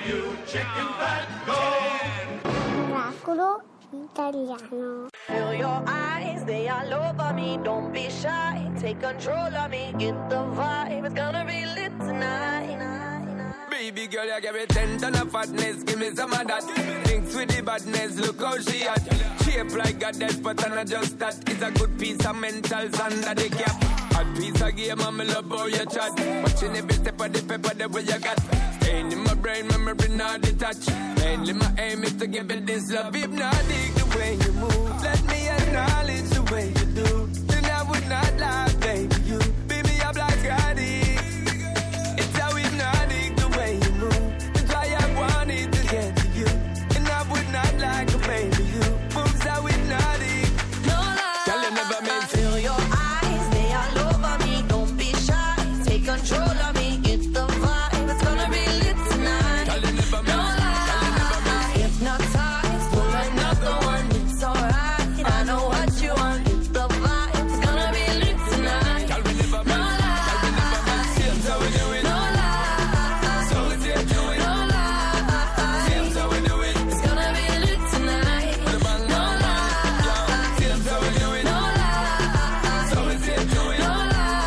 Miracolo italiano. Feel your eyes, they all over me. Don't be shy, take control of me. Get the vibe, it's gonna be lit tonight. Baby girl, you give me 10 ton of fatness, give me some of that. Thinks with the badness, look how she at. Shape like a death, but I'm not just that. It's a good piece of mentals under the cap. Hot piece of game, I'm love how you chat. Watching every step of the paper, the way you got. Staying in my brain, memory not detached. Mainly my aim is to give it this love. Hypnotic the way you move. Let me acknowledge the way you do. Then I would not lie, baby, you. Beat me up like I did. It's how hypnotic the way you move. That's why I wanted to get to you. And I would not like a baby, you. Moves how hypnotic. No lie, Girl, you never meant to. feel your eyes, they all over me. Don't be shy, take control of me. Get the vibe, it's gonna be lit tonight. Girl, you never No meant. lie, hypnotized, pull another one. It's alright, I know what you want. Get the vibe, it's gonna be lit tonight. Girl, we never No meant. Girl, we never meant. lie, Seems how we do it. no lie, So we do it. no lie. Seems how we do it. It's gonna be lit tonight. With a bang, No bang, lie, bang. Seems how we do it. no lie, So we do it. no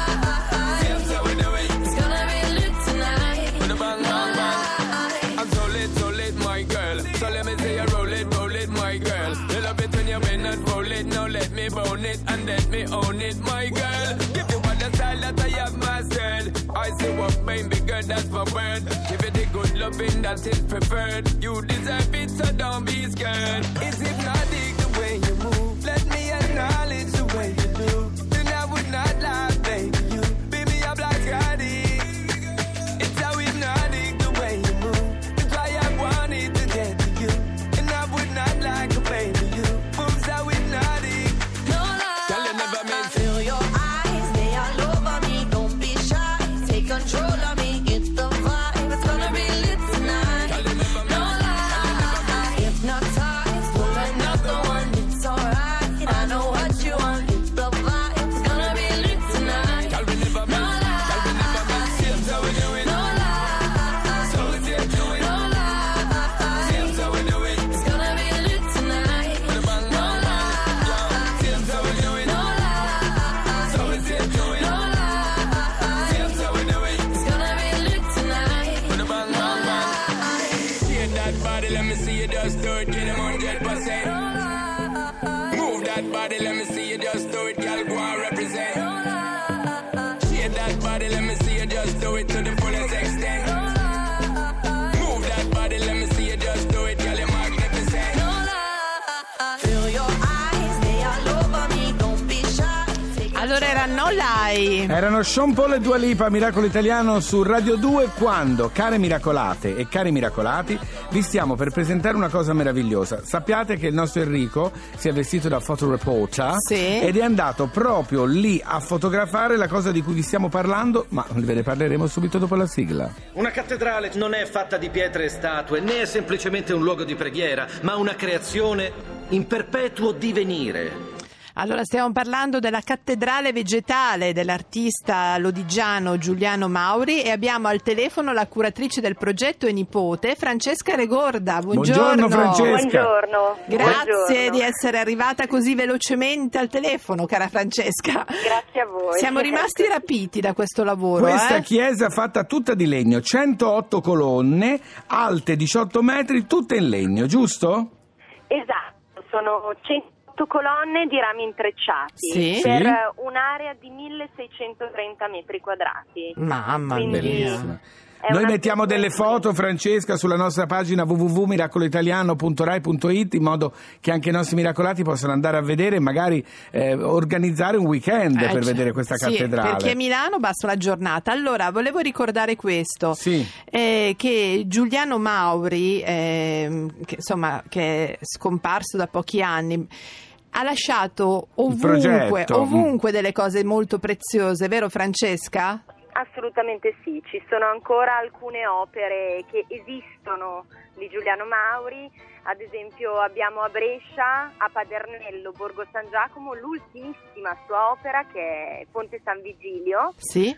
lie. Seems how we do it. It's gonna be lit tonight. With a bang, bang, bang. I'm so lit, my girl. So let me say you roll it, my girl. You love it when you bend and roll it. Now let me bone it and let me own it, my girl. Give you all the style that I have myself. I say what, baby girl, that's my word. Give it the good loving that is preferred. You deserve it, so don't be scared. It's hypnotic the way you move. Let me acknowledge the way you do. Then I would not lie, baby, you. Beat me up like I did. It's how hypnotic the way you move. That's why I wanted to get to you. And I would not like a baby, you. Moves how hypnotic. No lie, Girl, you never meant to. feel your eyes, they all over me. Don't be shy, take control of me. Get the vibe, it's gonna be lit tonight. Girl, you never No meant. lie, hypnotized, pull another one. It's alright, I know what you want. Get the vibe, it's gonna be lit tonight. Girl, we never No meant. Girl, we never meant. Seems how we do it. No lie, So we do it. no lie. Seems how we do it. It's gonna be lit tonight. With a bang, No bang, lie, bang. Seems how we do it. no lie. So we do it. No lie, Seems how we do it. it's gonna be lit tonight. With a bang, bang, bang. Shake that body, let me see you just do it. Get 100%. Move that body, let me see you just do it. Girl, go and represent. Shake that body, let me see you just do it to the fullest extent. Move that body, let me see you just do it. Girl, you're magnificent. Feel your eyes, they all over me. Don't be shy. Allora era No Lie. Erano Sean Paul e Dua Lipa, Miracolo Italiano su Radio 2, quando, care miracolate e cari miracolati, vi stiamo per presentare una cosa meravigliosa. Sappiate che il nostro Enrico si è vestito da fotoreporter, Sì. ed è andato proprio lì a fotografare la cosa di cui vi stiamo parlando, ma ve ne parleremo subito dopo la sigla. Una cattedrale non è fatta di pietre e statue, né è semplicemente un luogo di preghiera, ma una creazione in perpetuo divenire. Allora stiamo parlando della cattedrale vegetale dell'artista lodigiano Giuliano Mauri e abbiamo al telefono la curatrice del progetto e nipote Francesca Regorda. Buongiorno. Francesca. Buongiorno. Grazie Buongiorno. di essere arrivata così velocemente al telefono, cara Francesca. Grazie a voi. Siamo rimasti rapiti da questo lavoro. Questa chiesa fatta tutta di legno, 108 colonne, alte 18 metri, tutte in legno, giusto? Esatto, sono 108 colonne di rami intrecciati Sì. per Sì. un'area di 1630 metri quadrati. Mamma Quindi Bellissimo. è Noi una mettiamo delle foto, Francesca, sulla nostra pagina www.miracoloitaliano.rai.it, in modo che anche i nostri miracolati possano andare a vedere e magari organizzare un weekend per cioè, vedere questa sì, cattedrale. perché a Milano basta una giornata. Allora, volevo ricordare questo, Sì. che Giuliano Mauri, che è scomparso da pochi anni, ha lasciato progetto. ovunque delle cose molto preziose, vero Francesca? Assolutamente sì, ci sono ancora alcune opere che esistono di Giuliano Mauri, ad esempio abbiamo a Brescia, a Padernello, Borgo San Giacomo, l'ultimissima sua opera che è Ponte San Vigilio. Sì.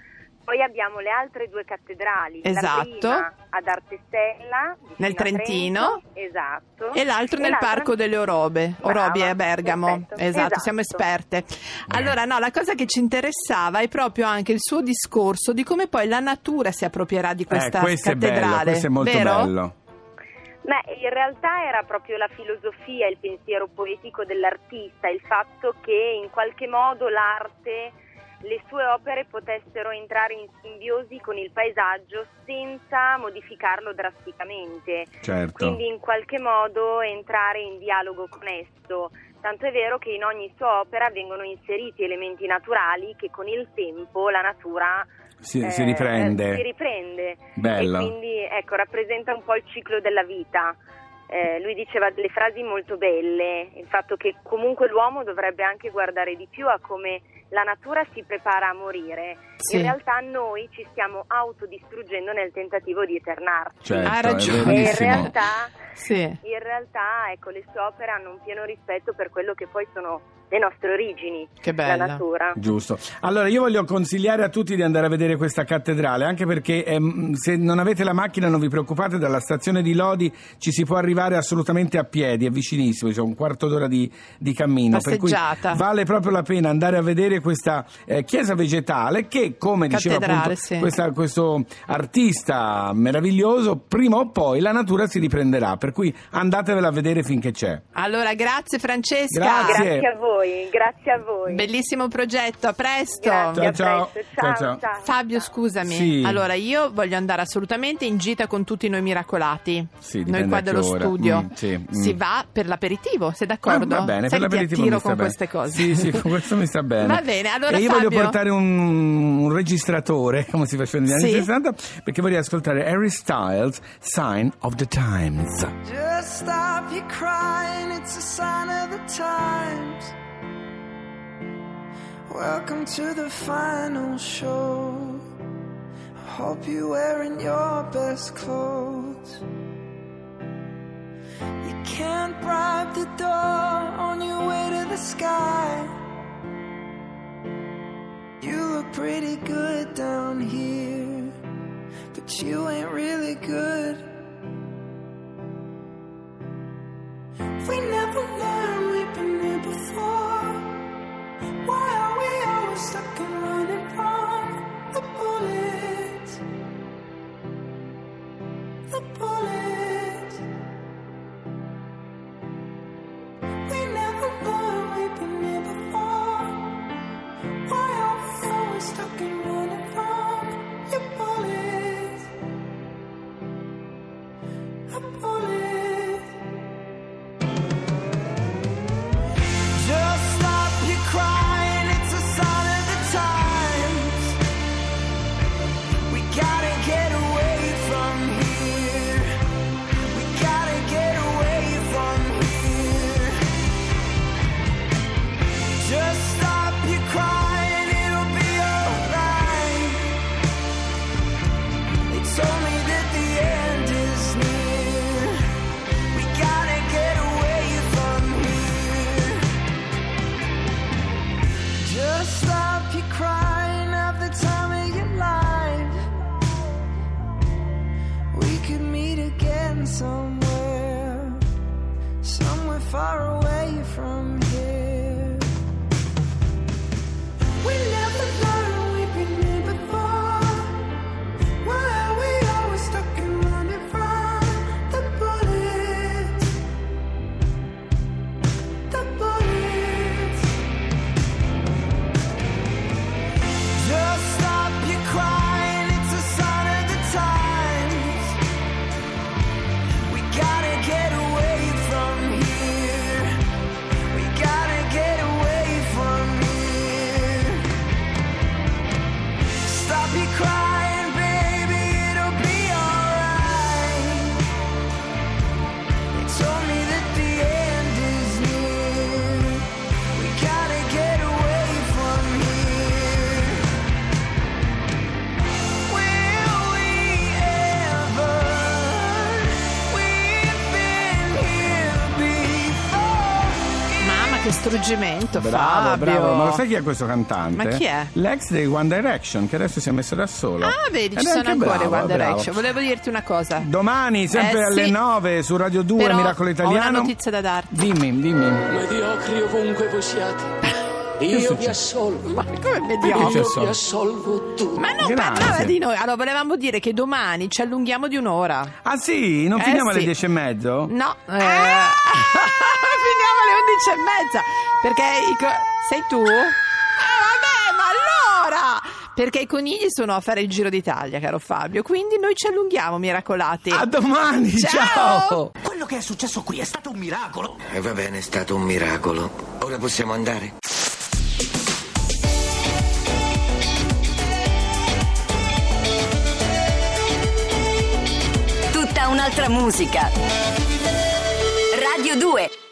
Poi abbiamo le altre 2 cattedrali, Esatto. la prima ad Artestella, vicino Nel a Trentino. Trento, esatto, E l'altro nel l'altra- Parco delle Orobe, Brava, a Bergamo. perfetto, Esatto, siamo esperte. Allora, no, la cosa che ci interessava è proprio anche il suo discorso di come poi la natura si approprierà di questa questo cattedrale. è bello, questo è molto vero? bello. Beh, in realtà era proprio la filosofia, il pensiero poetico dell'artista, il fatto che in qualche modo l'arte, le sue opere potessero entrare in simbiosi con il paesaggio senza modificarlo drasticamente. Certo. Quindi in qualche modo entrare in dialogo con esso. Tanto è vero che in ogni sua opera vengono inseriti elementi naturali che con il tempo la natura Si riprende. si riprende. Bello. E quindi ecco, rappresenta un po' il ciclo della vita. Lui diceva delle frasi molto belle, il fatto che comunque l'uomo dovrebbe anche guardare di più a come la natura si prepara a morire. Sì. In realtà noi ci stiamo autodistruggendo nel tentativo di eternarci. Certo, Ha è ragione. E in verissimo. realtà ecco, le sue opere hanno un pieno rispetto per quello che poi sono le nostre origini, Che la bella. natura. Giusto. Allora io voglio consigliare a tutti di andare a vedere questa cattedrale, anche perché se non avete la macchina non vi preoccupate, dalla stazione di Lodi ci si può arrivare assolutamente a piedi, è vicinissimo, c'è un quarto d'ora di cammino, per cui Passeggiata. vale proprio la pena andare a vedere questa chiesa vegetale che, come diceva Cattedrale, appunto sì. questo artista meraviglioso, prima o poi la natura si riprenderà, per cui andatevela a vedere finché c'è. Allora, grazie Francesca. Grazie. Grazie a voi. Bellissimo progetto, a presto. Grazie, Ciao, a presto. ciao. Ciao, Ciao, ciao. ciao. Fabio, scusami. Sì. Allora, io voglio andare assolutamente in gita con tutti noi miracolati. Sì, noi dipende qua a che dello ora. studio. Sì. Si va per l'aperitivo, sei d'accordo? Va bene, Sai per che ti l'aperitivo attiro mi sta con bene. queste cose. Sì, con questo mi sta bene. Va bene, allora e io Fabio... voglio portare un registratore, come si faceva negli anni Sì. 60, perché vorrei ascoltare Harry Styles, Sign of the Times. Just stop your crying, it's a sign of the times. Welcome to the final show. I hope you're wearing your best clothes. You can't bribe the door on your way to the sky. You look pretty good down here, but you ain't really good. We never learned, we've been here before. Why are we always stuck and running from the bullets? The bullets. We never learned, we've been here before. Why are we always stuck and running from your bullets? The bullets. Just stop your crying, it's a sign of the times. We gotta get away from here. We gotta get away from here. Just stop your crying, it'll be alright. They told me that the end is near. We gotta get away from here. Just stop your crying, have the time of your life. We could meet again somewhere, somewhere far away from here. We never learned, we've been here before. Why are we always stuck and running from the bullets? The bullets. Just stop your crying, it's a sign of the times. We gotta get away from here. We gotta get che struggimento, Bravo, Fabio. bravo. Ma lo sai chi è questo cantante? Ma chi è? L'ex dei One Direction, che adesso si è messo da solo. Ah, vedi, Ed ci è sono anche ancora bravo, i One bravo. Direction. Volevo dirti una cosa. Domani, sempre alle sì. 9 su Radio 2, Però Miracolo Italiano. ho una notizia da darti. Dimmi. Mediocri ovunque voi siate. Io vi assolvo. Ma come Che mediocre? c'è Io so? vi assolvo tutti. Ma non Grazie. parlava di noi. Allora, volevamo dire che domani ci allunghiamo di un'ora. Ah sì? Non finiamo alle sì. 10:30? No, finiamo alle 11:30. Perché sei tu? Vabbè, ma allora! Perché i conigli sono a fare il Giro d'Italia, caro Fabio. Quindi noi ci allunghiamo, miracolati. A domani, ciao! Quello che è successo qui è stato un miracolo. E va bene, è stato un miracolo. Ora possiamo andare? Tutta un'altra musica. Radio 2.